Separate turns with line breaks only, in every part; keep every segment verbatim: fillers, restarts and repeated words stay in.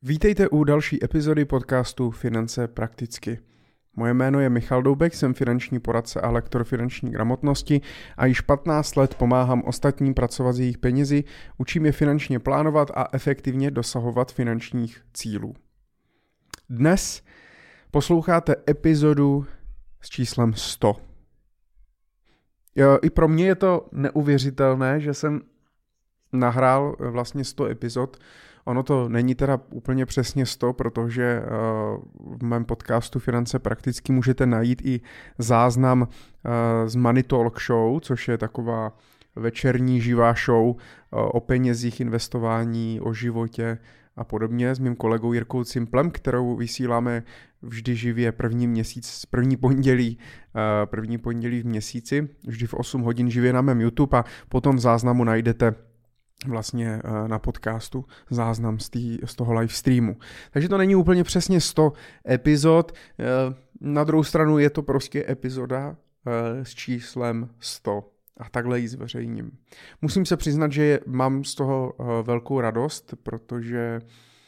Vítejte u další epizody podcastu Finance prakticky. Moje jméno je Michal Doubek, jsem finanční poradce a lektor finanční gramotnosti a již patnáct let pomáhám ostatním pracovat s jejich penězi, učím je finančně plánovat a efektivně dosahovat finančních cílů. Dnes posloucháte epizodu s číslem sto. Jo, i pro mě je to neuvěřitelné, že jsem nahrál vlastně sto epizod. Ono to není teda úplně přesně sto, protože v mém podcastu Finance prakticky můžete najít i záznam z Money Talk Show, což je taková večerní živá show o penězích, investování, o životě a podobně s mým kolegou Jirkou Cimplem, kterou vysíláme vždy živě první měsíc, první pondělí, první pondělí v měsíci, vždy v osm hodin živě na mém YouTube a potom v záznamu najdete vlastně na podcastu záznam z, tý, z toho live streamu. Takže to není úplně přesně sto epizod, na druhou stranu je to prostě epizoda s číslem sto a takhle ji zveřejním. Musím se přiznat, že mám z toho velkou radost, protože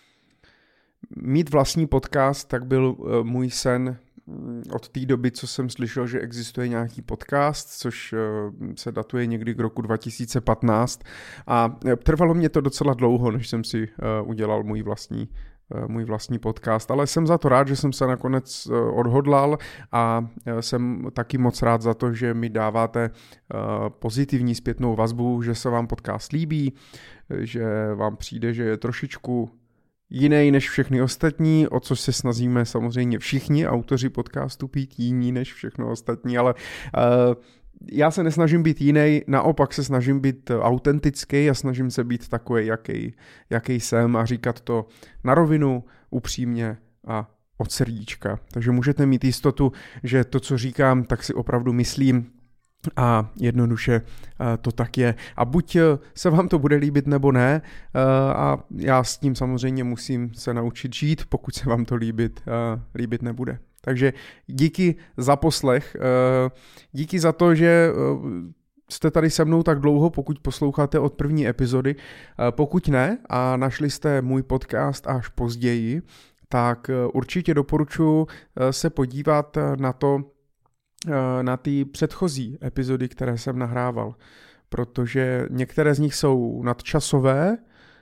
mít vlastní podcast tak byl můj sen od té doby, co jsem slyšel, že existuje nějaký podcast, což se datuje někdy k roku dva tisíce patnáct a trvalo mě to docela dlouho, než jsem si udělal můj vlastní, můj vlastní podcast, ale jsem za to rád, že jsem se nakonec odhodlal a jsem taky moc rád za to, že mi dáváte pozitivní zpětnou vazbu, že se vám podcast líbí, že vám přijde, že je trošičku jiný než všechny ostatní, o což se snažíme samozřejmě všichni autoři podcastu být jiní než všechno ostatní, ale uh, já se nesnažím být jiný, naopak se snažím být autentický a snažím se být takový, jaký, jaký jsem a říkat to na rovinu, upřímně a od srdíčka. Takže můžete mít jistotu, že to, co říkám, tak si opravdu myslím a jednoduše to tak je. A buď se vám to bude líbit, nebo ne. A já s tím samozřejmě musím se naučit žít, pokud se vám to líbit, líbit nebude. Takže díky za poslech. Díky za to, že jste tady se mnou tak dlouho, pokud posloucháte od první epizody. Pokud ne a našli jste můj podcast až později, tak určitě doporučuji se podívat na to, na ty předchozí epizody, které jsem nahrával, protože některé z nich jsou nadčasové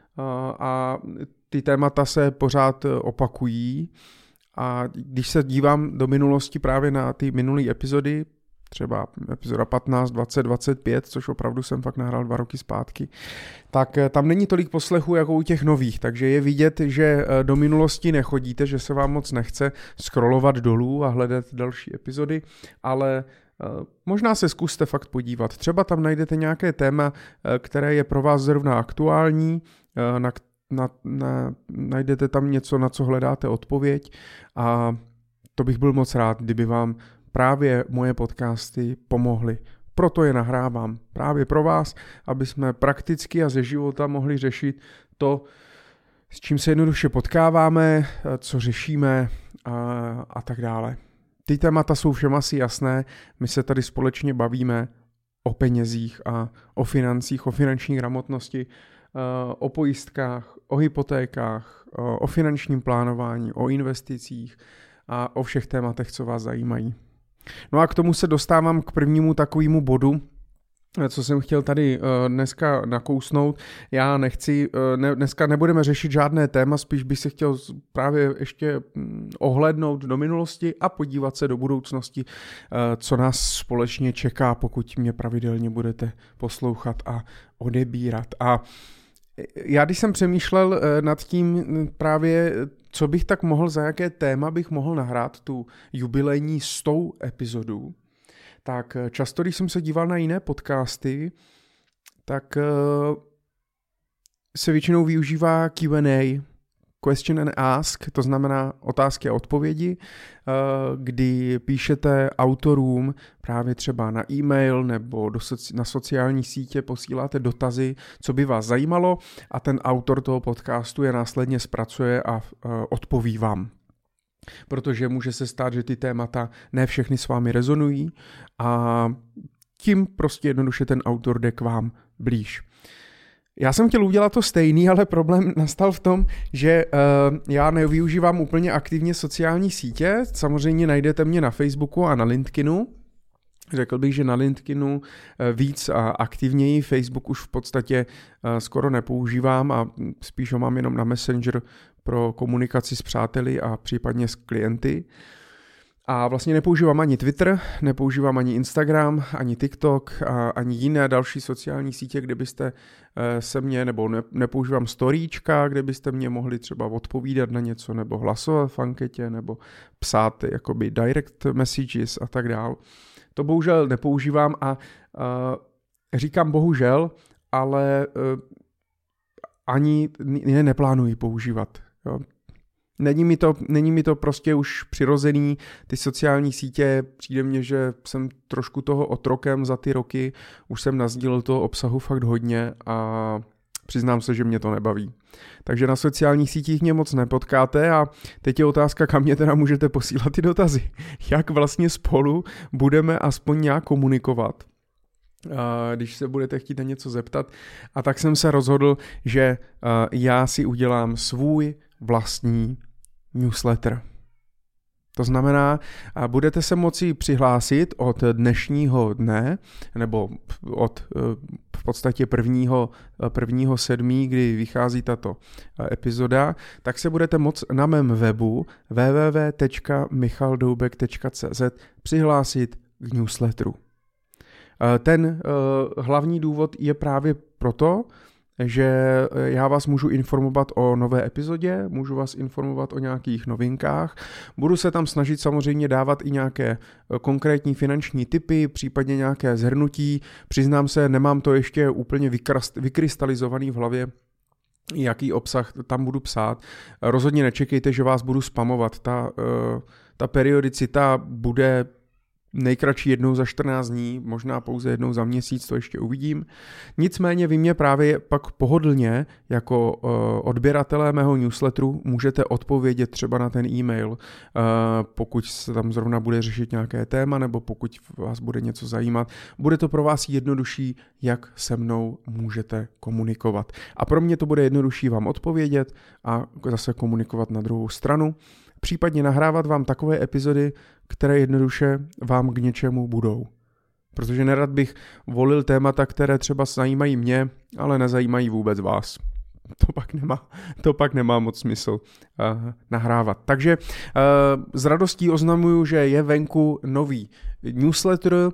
a ty témata se pořád opakují a když se dívám do minulosti právě na ty minulé epizody, třeba epizoda patnáct, dvacet, dvacet pět, což opravdu jsem fakt nahrál dva roky zpátky, tak tam není tolik poslechů jako u těch nových, takže je vidět, že do minulosti nechodíte, že se vám moc nechce scrollovat dolů a hledat další epizody, ale možná se zkuste fakt podívat. Třeba tam najdete nějaké téma, které je pro vás zrovna aktuální, na, na, na, najdete tam něco, na co hledáte odpověď a to bych byl moc rád, kdyby vám právě moje podcasty pomohly. Proto je nahrávám právě pro vás, aby jsme prakticky a ze života mohli řešit to, s čím se jednoduše potkáváme, co řešíme a, a tak dále. Ty témata jsou všem asi jasné, my se tady společně bavíme o penězích a o financích, o finanční gramotnosti, o pojistkách, o hypotékách, o finančním plánování, o investicích a o všech tématech, co vás zajímají. No a k tomu se dostávám k prvnímu takovému bodu, co jsem chtěl tady dneska nakousnout. Já nechci, ne, dneska nebudeme řešit žádné téma, spíš bych se chtěl právě ještě ohlédnout do minulosti a podívat se do budoucnosti, co nás společně čeká, pokud mě pravidelně budete poslouchat a odebírat. A já když jsem přemýšlel nad tím právě, co bych tak mohl, za jaké téma bych mohl nahrát tu jubilejní stou epizodu, tak často, když jsem se díval na jiné podcasty, tak se většinou využívá Q and A, question and ask, to znamená otázky a odpovědi, kdy píšete autorům právě třeba na e-mail nebo do soci- na sociální sítě posíláte dotazy, co by vás zajímalo a ten autor toho podcastu je následně zpracuje a odpoví vám. Protože může se stát, že ty témata ne všechny s vámi rezonují a tím prostě jednoduše ten autor jde k vám blíž. Já jsem chtěl udělat to stejný, ale problém nastal v tom, že uh, já nevyužívám úplně aktivně sociální sítě. Samozřejmě najdete mě na Facebooku a na LinkedInu. Řekl bych, že na LinkedInu víc a aktivněji, Facebook už v podstatě skoro nepoužívám a spíš ho mám jenom na Messenger pro komunikaci s přáteli a případně s klienty. A vlastně nepoužívám ani Twitter, nepoužívám ani Instagram, ani TikTok, a ani jiné další sociální sítě, kde byste se mě, nebo ne, nepoužívám storíčka, kde byste mě mohli třeba odpovídat na něco, nebo hlasovat v anketě, nebo psát jakoby direct messages a tak dál. To bohužel nepoužívám a uh, říkám bohužel, ale uh, ani je neplánuji používat. Jo. Není mi to, není mi to prostě už přirozený, ty sociální sítě, přijde mně, že jsem trošku toho otrokem za ty roky, už jsem nasdílel toho obsahu fakt hodně a přiznám se, že mě to nebaví. Takže na sociálních sítích mě moc nepotkáte a teď je otázka, kam mě teda můžete posílat ty dotazy. Jak vlastně spolu budeme aspoň nějak komunikovat, když se budete chtít na něco zeptat. A tak jsem se rozhodl, že já si udělám svůj vlastní newsletter. To znamená, budete se moci přihlásit od dnešního dne, nebo od v podstatě prvního, prvního sedmý, kdy vychází tato epizoda, tak se budete moct na mém webu w w w tečka michal doubek tečka c z přihlásit k newsletteru. Ten hlavní důvod je právě proto, že já vás můžu informovat o nové epizodě, můžu vás informovat o nějakých novinkách, budu se tam snažit samozřejmě dávat i nějaké konkrétní finanční tipy, případně nějaké shrnutí, přiznám se, nemám to ještě úplně vykrystalizovaný v hlavě, jaký obsah tam budu psát. Rozhodně nečekejte, že vás budu spamovat, ta, ta periodicita bude nejkratší jednou za čtrnáct dní, možná pouze jednou za měsíc, to ještě uvidím. Nicméně vy mě právě pak pohodlně jako uh, odběratelé mého newsletteru můžete odpovědět třeba na ten e-mail, uh, pokud se tam zrovna bude řešit nějaké téma nebo pokud vás bude něco zajímat. Bude to pro vás jednodušší, jak se mnou můžete komunikovat. A pro mě to bude jednodušší vám odpovědět a zase komunikovat na druhou stranu. Případně nahrávat vám takové epizody, které jednoduše vám k něčemu budou. Protože nerad bych volil témata, které třeba zajímají mě, ale nezajímají vůbec vás. To pak nemá, to pak nemá moc smysl uh, nahrávat. Takže uh, s radostí oznamuju, že je venku nový newsletter, uh,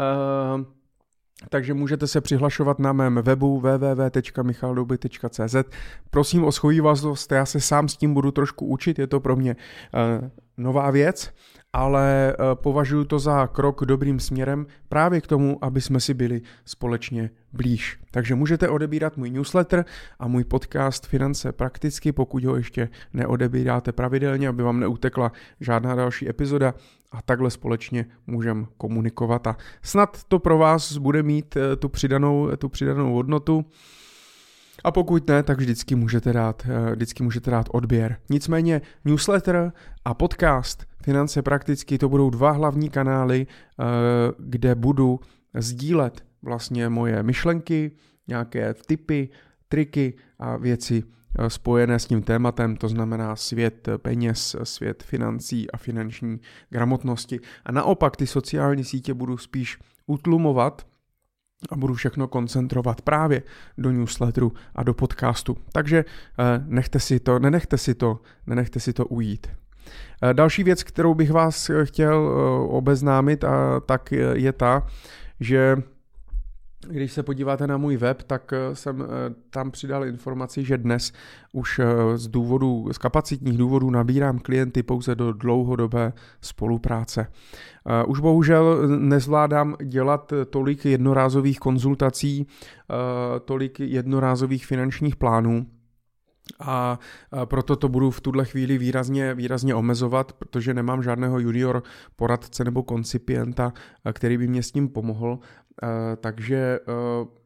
takže můžete se přihlašovat na mém webu w w w tečka michal doubek tečka c z. Prosím o shovívavost, já se sám s tím budu trošku učit, je to pro mě uh, nová věc, ale uh, považuji to za krok dobrým směrem právě k tomu, aby jsme si byli společně blíž. Takže můžete odebírat můj newsletter a můj podcast Finance prakticky, pokud ho ještě neodebíráte pravidelně, aby vám neutekla žádná další epizoda a takhle společně můžeme komunikovat a snad to pro vás bude mít tu přidanou, tu přidanou hodnotu. A pokud ne, tak vždycky můžete dát, vždycky můžete dát odběr. Nicméně newsletter a podcast Finance prakticky, to budou dva hlavní kanály, kde budu sdílet vlastně moje myšlenky, nějaké tipy, triky a věci spojené s tím tématem, to znamená svět peněz, svět financí a finanční gramotnosti. A naopak ty sociální sítě budu spíš utlumovat a budu všechno koncentrovat právě do newsletteru a do podcastu. Takže nechte si to, nenechte si to, nenechte si to ujít. Další věc, kterou bych vás chtěl obeznámit, a tak je ta, že když se podíváte na můj web, tak jsem tam přidal informaci, že dnes už z důvodu, z kapacitních důvodů nabírám klienty pouze do dlouhodobé spolupráce. Už bohužel nezvládám dělat tolik jednorázových konzultací, tolik jednorázových finančních plánů, a proto to budu v tuhle chvíli výrazně, výrazně omezovat, protože nemám žádného junior poradce nebo koncipienta, který by mě s tím pomohl. Takže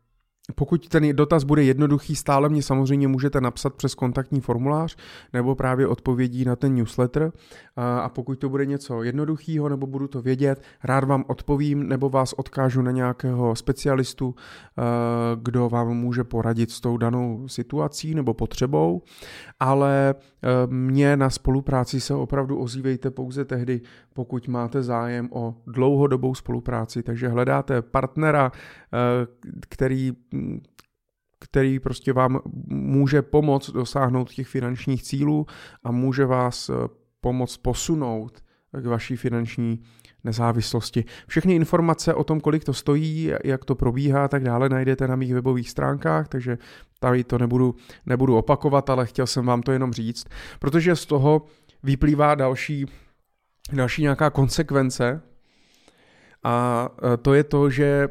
Pokud ten dotaz bude jednoduchý, stále mě samozřejmě můžete napsat přes kontaktní formulář nebo právě odpovědí na ten newsletter. A pokud to bude něco jednoduchého nebo budu to vědět, rád vám odpovím nebo vás odkážu na nějakého specialistu, kdo vám může poradit s tou danou situací nebo potřebou. Ale mě na spolupráci se opravdu ozývejte pouze tehdy, pokud máte zájem o dlouhodobou spolupráci. Takže hledáte partnera, který který prostě vám může pomoct dosáhnout těch finančních cílů a může vás pomoct posunout k vaší finanční nezávislosti. Všechny informace o tom, kolik to stojí, jak to probíhá a tak dále, najdete na mých webových stránkách, takže tady to nebudu, nebudu opakovat, ale chtěl jsem vám to jenom říct, protože z toho vyplývá další, další nějaká konsekvence a to je to, že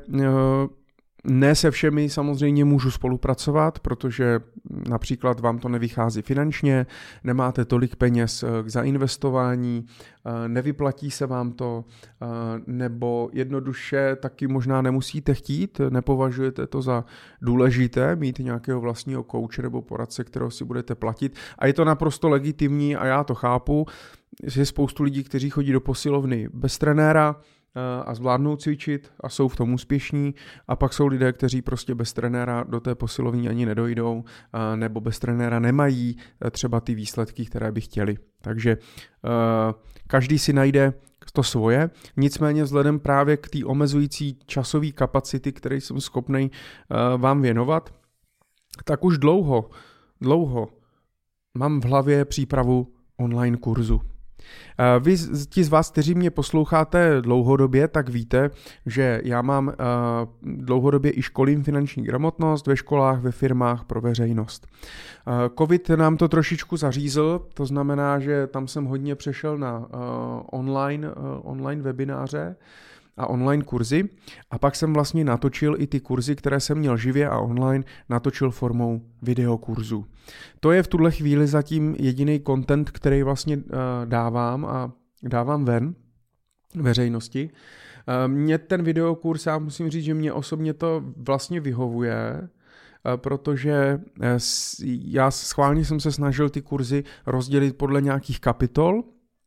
ne se všemi samozřejmě můžu spolupracovat, protože například vám to nevychází finančně, nemáte tolik peněz k zainvestování, nevyplatí se vám to, nebo jednoduše taky možná nemusíte chtít, nepovažujete to za důležité mít nějakého vlastního kouče nebo poradce, kterého si budete platit. A je to naprosto legitimní a já to chápu. Je spoustu lidí, kteří chodí do posilovny bez trenéra a zvládnou cvičit a jsou v tom úspěšní, a pak jsou lidé, kteří prostě bez trenéra do té posilovny ani nedojdou nebo bez trenéra nemají třeba ty výsledky, které by chtěli. Takže každý si najde to svoje, nicméně vzhledem právě k té omezující časové kapacity, které jsem schopný vám věnovat, tak už dlouho, dlouho mám v hlavě přípravu online kurzu. Vy, ti z vás, kteří mě posloucháte dlouhodobě, tak víte, že já mám dlouhodobě i školím finanční gramotnost ve školách, ve firmách pro veřejnost. Covid nám to trošičku zařízl, to znamená, že tam jsem hodně přešel na online, online webináře a online kurzy, a pak jsem vlastně natočil i ty kurzy, které jsem měl živě a online, natočil formou videokurzu. To je v tuhle chvíli zatím jediný content, který vlastně uh, dávám a dávám ven veřejnosti. Uh, mě ten videokurs, já musím říct, že mě osobně to vlastně vyhovuje, uh, protože uh, já schválně jsem se snažil ty kurzy rozdělit podle nějakých kapitol,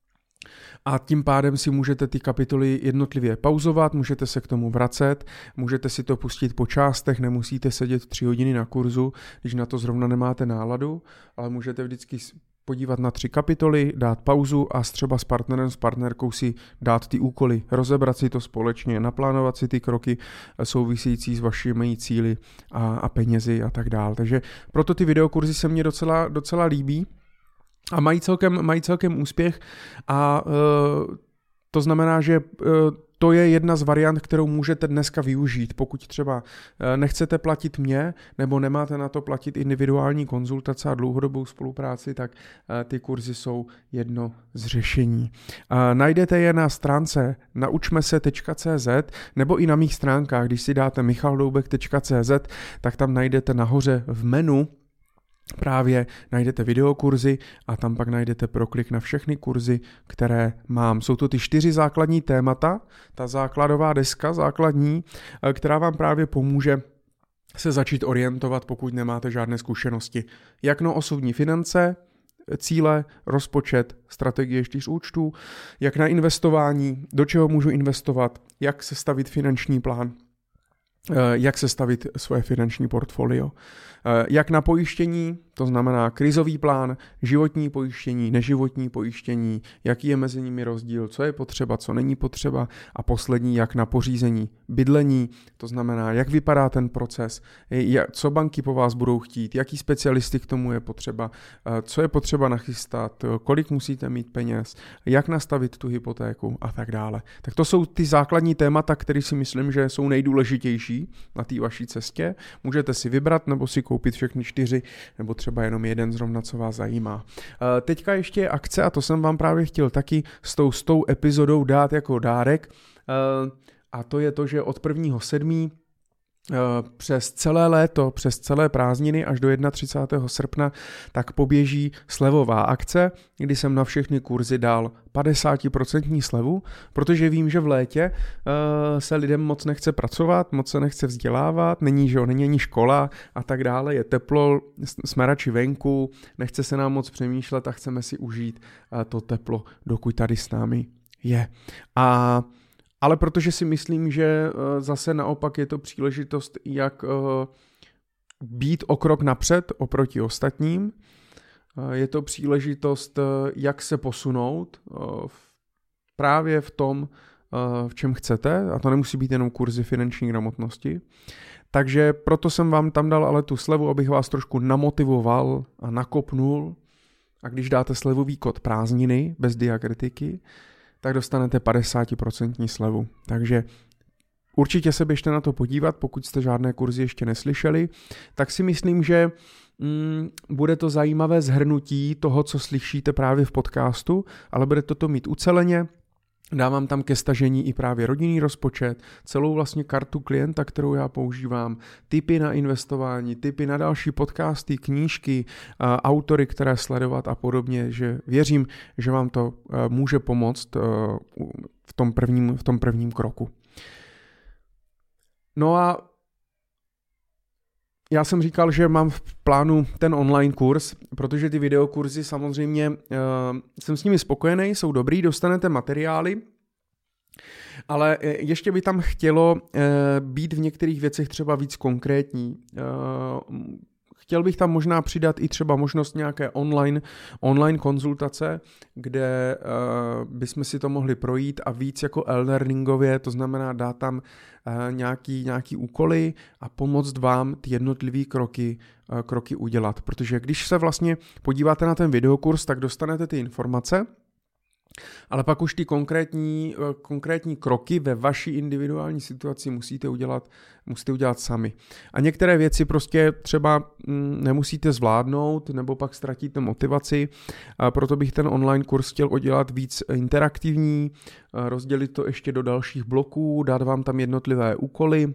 a tím pádem si můžete ty kapitoly jednotlivě pauzovat, můžete se k tomu vracet, můžete si to pustit po částech, nemusíte sedět tři hodiny na kurzu, když na to zrovna nemáte náladu, ale můžete vždycky podívat na tři kapitoly, dát pauzu a třeba s partnerem, s partnerkou si dát ty úkoly, rozebrat si to společně, naplánovat si ty kroky související s vašimi cíli a, a penězi a tak dále. Takže proto ty videokurzy se mně docela, docela líbí. A mají celkem, mají celkem úspěch a e, to znamená, že e, to je jedna z variant, kterou můžete dneska využít. Pokud třeba e, nechcete platit mě nebo nemáte na to platit individuální konzultace a dlouhodobou spolupráci, tak e, ty kurzy jsou jedno z řešení. E, najdete je na stránce naučme se tečka cé zet nebo i na mých stránkách. Když si dáte michal doubek tečka cé zet, tak tam najdete nahoře v menu právě najdete videokurzy a tam pak najdete proklik na všechny kurzy, které mám. Jsou to ty čtyři základní témata, ta základová deska základní, která vám právě pomůže se začít orientovat, pokud nemáte žádné zkušenosti. Jak na osobní finance, cíle, rozpočet, strategie čtyř účtů, jak na investování, do čeho můžu investovat, jak sestavit finanční plán, jak sestavit svoje finanční portfolio. Jak na pojištění, to znamená krizový plán, životní pojištění, neživotní pojištění, jaký je mezi nimi rozdíl, co je potřeba, co není potřeba, a poslední, jak na pořízení bydlení, to znamená, jak vypadá ten proces, co banky po vás budou chtít, jaký specialisty k tomu je potřeba, co je potřeba nachystat, kolik musíte mít peněz, jak nastavit tu hypotéku a tak dále. Tak to jsou ty základní témata, které si myslím, že jsou nejdůležitější na té vaší cestě. Můžete si vybrat nebo si koupit všechny čtyři, nebo třeba jenom jeden zrovna, co vás zajímá. Teďka ještě je akce, a to jsem vám právě chtěl taky s tou, s tou epizodou dát jako dárek, a to je to, že od prvního sedmého přes celé léto, přes celé prázdniny až do třicátého prvního srpna, tak poběží slevová akce, kdy jsem na všechny kurzy dal padesát procent slevu, protože vím, že v létě uh, se lidem moc nechce pracovat, moc se nechce vzdělávat, není, že jo, není ani škola a tak dále, je teplo, jsme radši venku, nechce se nám moc přemýšlet a chceme si užít uh, to teplo, dokud tady s námi je. A Ale protože si myslím, že zase naopak je to příležitost, jak být o krok napřed oproti ostatním. Je to příležitost, jak se posunout právě v tom, v čem chcete, a to nemusí být jenom kurzy finanční gramotnosti. Takže proto jsem vám tam dal ale tu slevu, abych vás trošku namotivoval a nakopnul. A když dáte slevový kód prázdniny bez diakritiky, tak dostanete padesát procent slevu. Takže určitě se běžte na to podívat, pokud jste žádné kurzy ještě neslyšeli, tak si myslím, že mm, bude to zajímavé shrnutí toho, co slyšíte právě v podcastu, ale budete to mít uceleně. Dávám tam ke stažení i právě rodinný rozpočet, celou vlastně kartu klienta, kterou já používám, tipy na investování, tipy na další podcasty, knížky, autory, které sledovat a podobně, že věřím, že vám to může pomoct v tom prvním, v tom prvním kroku. No a já jsem říkal, že mám v plánu ten online kurz, protože ty videokurzy samozřejmě uh, jsem s nimi spokojený, jsou dobrý, dostanete materiály, ale ještě by tam chtělo uh, být v některých věcech třeba víc konkrétní. Uh, Chtěl bych tam možná přidat i třeba možnost nějaké online, online konzultace, kde uh, bychom si to mohli projít a víc jako e-learningově, to znamená dát tam uh, nějaký, nějaký úkoly a pomoct vám ty jednotlivé kroky, uh, kroky udělat. Protože když se vlastně podíváte na ten videokurs, tak dostanete ty informace, ale pak už ty konkrétní, konkrétní kroky ve vaší individuální situaci musíte udělat, musíte udělat sami. A některé věci prostě třeba nemusíte zvládnout, nebo pak ztratíte motivaci, a proto bych ten online kurz chtěl udělat víc interaktivní, rozdělit to ještě do dalších bloků, dát vám tam jednotlivé úkoly,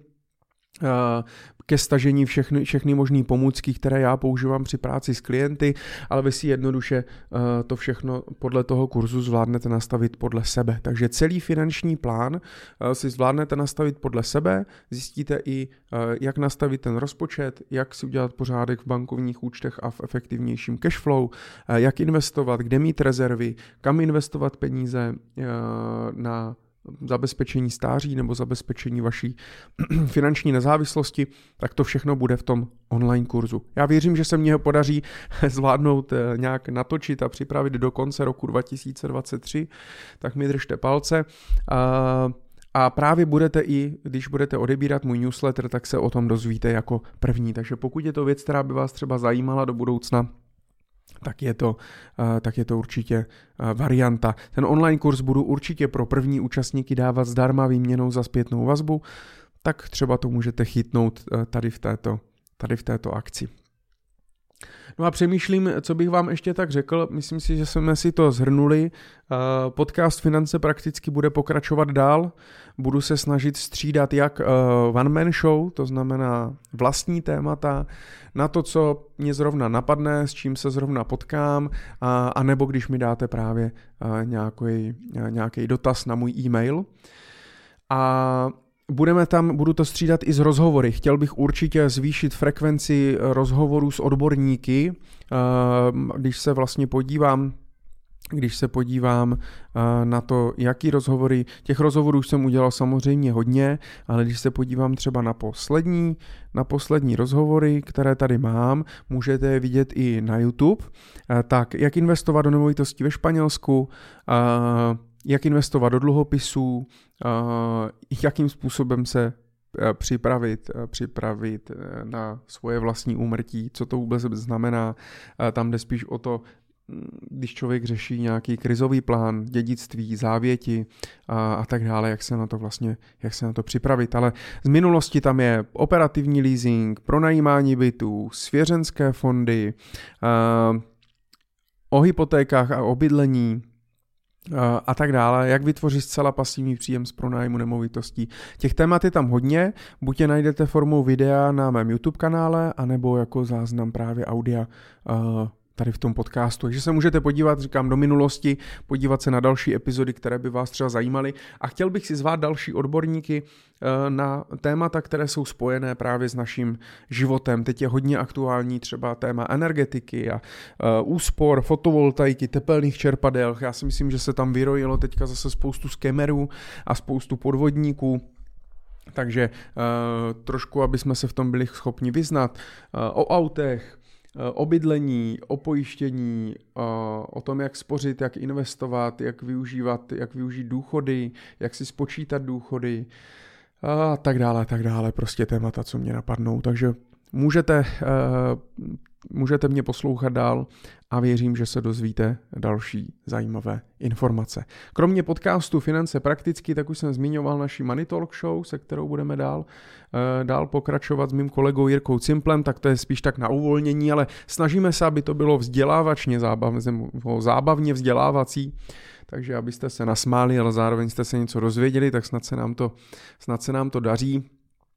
ke stažení všechny, všechny možné pomůcky, které já používám při práci s klienty, ale vy si jednoduše to všechno podle toho kurzu zvládnete nastavit podle sebe. Takže celý finanční plán si zvládnete nastavit podle sebe, zjistíte i, jak nastavit ten rozpočet, jak si udělat pořádek v bankovních účtech a v efektivnějším cashflow, jak investovat, kde mít rezervy, kam investovat peníze na zabezpečení stáří nebo zabezpečení vaší finanční nezávislosti, tak to všechno bude v tom online kurzu. Já věřím, že se mně ho podaří zvládnout nějak natočit a připravit do konce roku dva tisíce dvacet tři, tak mi držte palce. A právě budete i, když budete odebírat můj newsletter, tak se o tom dozvíte jako první. Takže pokud je to věc, která by vás třeba zajímala do budoucna, tak je to, tak je to určitě varianta. Ten online kurz budu určitě pro první účastníky dávat zdarma výměnou za zpětnou vazbu, tak třeba to můžete chytnout tady v této, tady v této akci. No a přemýšlím, co bych vám ještě tak řekl. Myslím si, že jsme si to shrnuli. Podcast Finance prakticky bude pokračovat dál. Budu se snažit střídat jak one man show, to znamená vlastní témata, na to, co mě zrovna napadne, s čím se zrovna potkám, a, a nebo když mi dáte právě nějaký, nějaký dotaz na můj e-mail. A Budeme tam, budu to střídat i z rozhovory. Chtěl bych určitě zvýšit frekvenci rozhovorů s odborníky, když se vlastně podívám, když se podívám na to, jaký rozhovory, těch rozhovorů jsem udělal samozřejmě hodně, ale když se podívám třeba na poslední, na poslední rozhovory, které tady mám, můžete je vidět i na YouTube, tak jak investovat do nemovitostí ve Španělsku, jak investovat do dluhopisů, jakým způsobem se připravit, připravit na svoje vlastní úmrtí, co to vůbec znamená. Tam jde spíš o to, když člověk řeší nějaký krizový plán, dědictví, závěti a, a tak dále, jak se na to vlastně, jak se na to připravit. Ale z minulosti tam je operativní leasing, pronajímání bytů, svěřenské fondy, o hypotékách a o bydlení, a tak dále, jak vytvořit zcela pasivní příjem z pronájmu nemovitostí. Těch témat je tam hodně, buď je najdete formou videa na mém YouTube kanále, anebo jako záznam právě audia tady v tom podcastu. Takže se můžete podívat, říkám, do minulosti, podívat se na další epizody, které by vás třeba zajímaly. A chtěl bych si zvát další odborníky na témata, které jsou spojené právě s naším životem. Teď je hodně aktuální třeba téma energetiky a úspor, fotovoltaiky, tepelných čerpadel. Já si myslím, že se tam vyrojilo teďka zase spoustu skemerů a spoustu podvodníků. Takže uh, trošku, aby jsme se v tom byli schopni vyznat. Uh, o autech, o bydlení, o pojištění, o tom, jak spořit, jak investovat, jak využívat, jak využít důchody, jak si spočítat důchody a tak dále, tak dále. Prostě témata, co mě napadnou. Takže můžete, můžete mě poslouchat dál a věřím, že se dozvíte další zajímavé informace. Kromě podcastu Finance prakticky, tak už jsem zmiňoval naši Money Talk Show, se kterou budeme dál, dál pokračovat s mým kolegou Jirkou Cimplem, tak to je spíš tak na uvolnění, ale snažíme se, aby to bylo vzdělávačně zábavně, zábavně vzdělávací, takže abyste se nasmáli, ale zároveň jste se něco dozvěděli, tak snad se nám to, snad se nám to daří.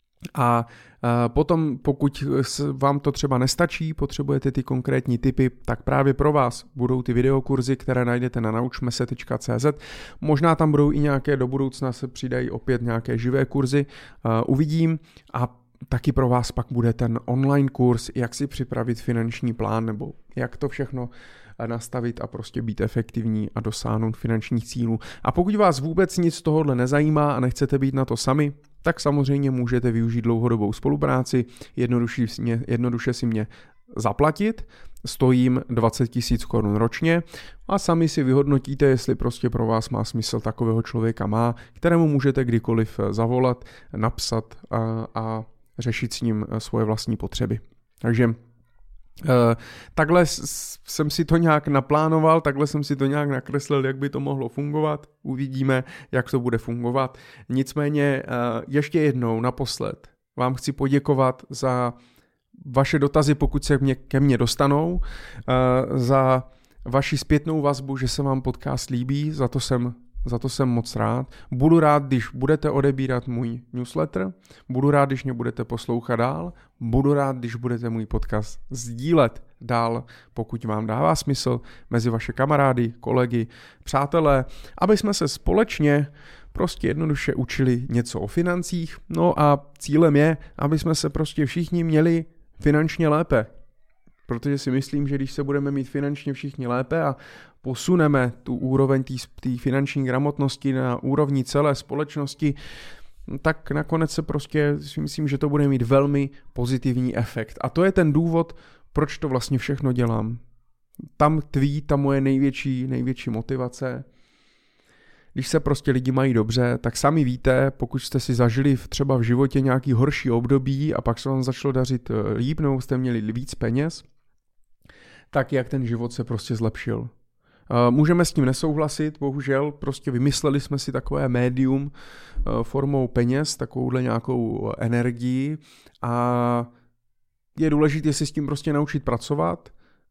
A potom, pokud vám to třeba nestačí, potřebujete ty konkrétní tipy, tak právě pro vás budou ty videokurzy, které najdete na naučme se tečka cé zet. Možná tam budou i nějaké, do budoucna se přidají opět nějaké živé kurzy, uvidím, a taky pro vás pak bude ten online kurz, jak si připravit finanční plán, nebo jak to všechno nastavit a prostě být efektivní a dosáhnout finančních cílů. A pokud vás vůbec nic z tohohle nezajímá a nechcete být na to sami, tak samozřejmě můžete využít dlouhodobou spolupráci, jednoduše, jednoduše si mě zaplatit, stojím dvacet tisíc korun ročně a sami si vyhodnotíte, jestli prostě pro vás má smysl takového člověka má, kterému můžete kdykoliv zavolat, napsat a, a řešit s ním svoje vlastní potřeby. Takže Uh, takhle s- jsem si to nějak naplánoval, takhle jsem si to nějak nakreslil, jak by to mohlo fungovat. Uvidíme, jak to bude fungovat. Nicméně uh, ještě jednou naposled vám chci poděkovat za vaše dotazy, pokud se mě, ke mně dostanou, uh, za vaši zpětnou vazbu, že se vám podcast líbí, za to jsem Za to jsem moc rád. Budu rád, když budete odebírat můj newsletter, budu rád, když mě budete poslouchat dál, budu rád, když budete můj podcast sdílet dál, pokud vám dává smysl, mezi vaše kamarády, kolegy, přátelé, aby jsme se společně prostě jednoduše učili něco o financích. No a cílem je, aby jsme se prostě všichni měli finančně lépe. Protože si myslím, že když se budeme mít finančně všichni lépe a posuneme tu úroveň té finanční gramotnosti na úrovni celé společnosti, tak nakonec se prostě si myslím, že to bude mít velmi pozitivní efekt. A to je ten důvod, proč to vlastně všechno dělám. Tam tví ta moje největší, největší motivace. Když se prostě lidi mají dobře, tak sami víte, pokud jste si zažili třeba v životě nějaký horší období a pak se vám začalo dařit líp, nebo jste měli víc peněz, tak jak ten život se prostě zlepšil. Můžeme s tím nesouhlasit, bohužel, prostě vymysleli jsme si takové médium formou peněz, takovouhle nějakou energii, a je důležité si s tím prostě naučit pracovat,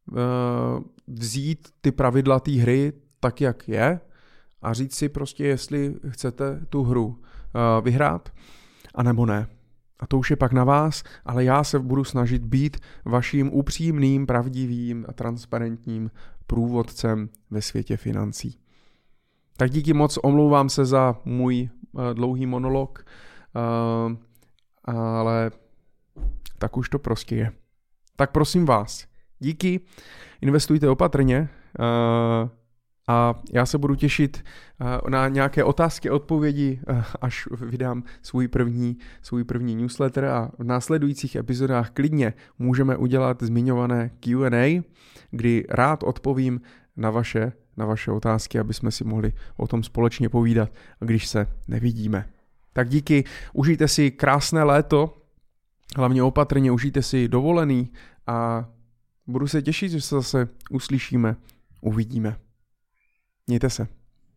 vzít ty pravidla té hry tak, jak je, a říct si prostě, jestli chcete tu hru vyhrát, anebo ne. A to už je pak na vás, ale já se budu snažit být vaším upřímným, pravdivým a transparentním průvodcem ve světě financí. Tak díky moc, omlouvám se za můj uh, dlouhý monolog, uh, ale tak už to prostě je. Tak prosím vás, díky, investujte opatrně, uh, a já se budu těšit na nějaké otázky a odpovědi, až vydám svůj první, svůj první newsletter, a v následujících epizodách klidně můžeme udělat zmiňované Q and A, kdy rád odpovím na vaše, na vaše otázky, aby jsme si mohli o tom společně povídat, když se nevidíme. Tak díky, užijte si krásné léto, hlavně opatrně užijte si dovolený a budu se těšit, že se zase uslyšíme, uvidíme. Mějte se.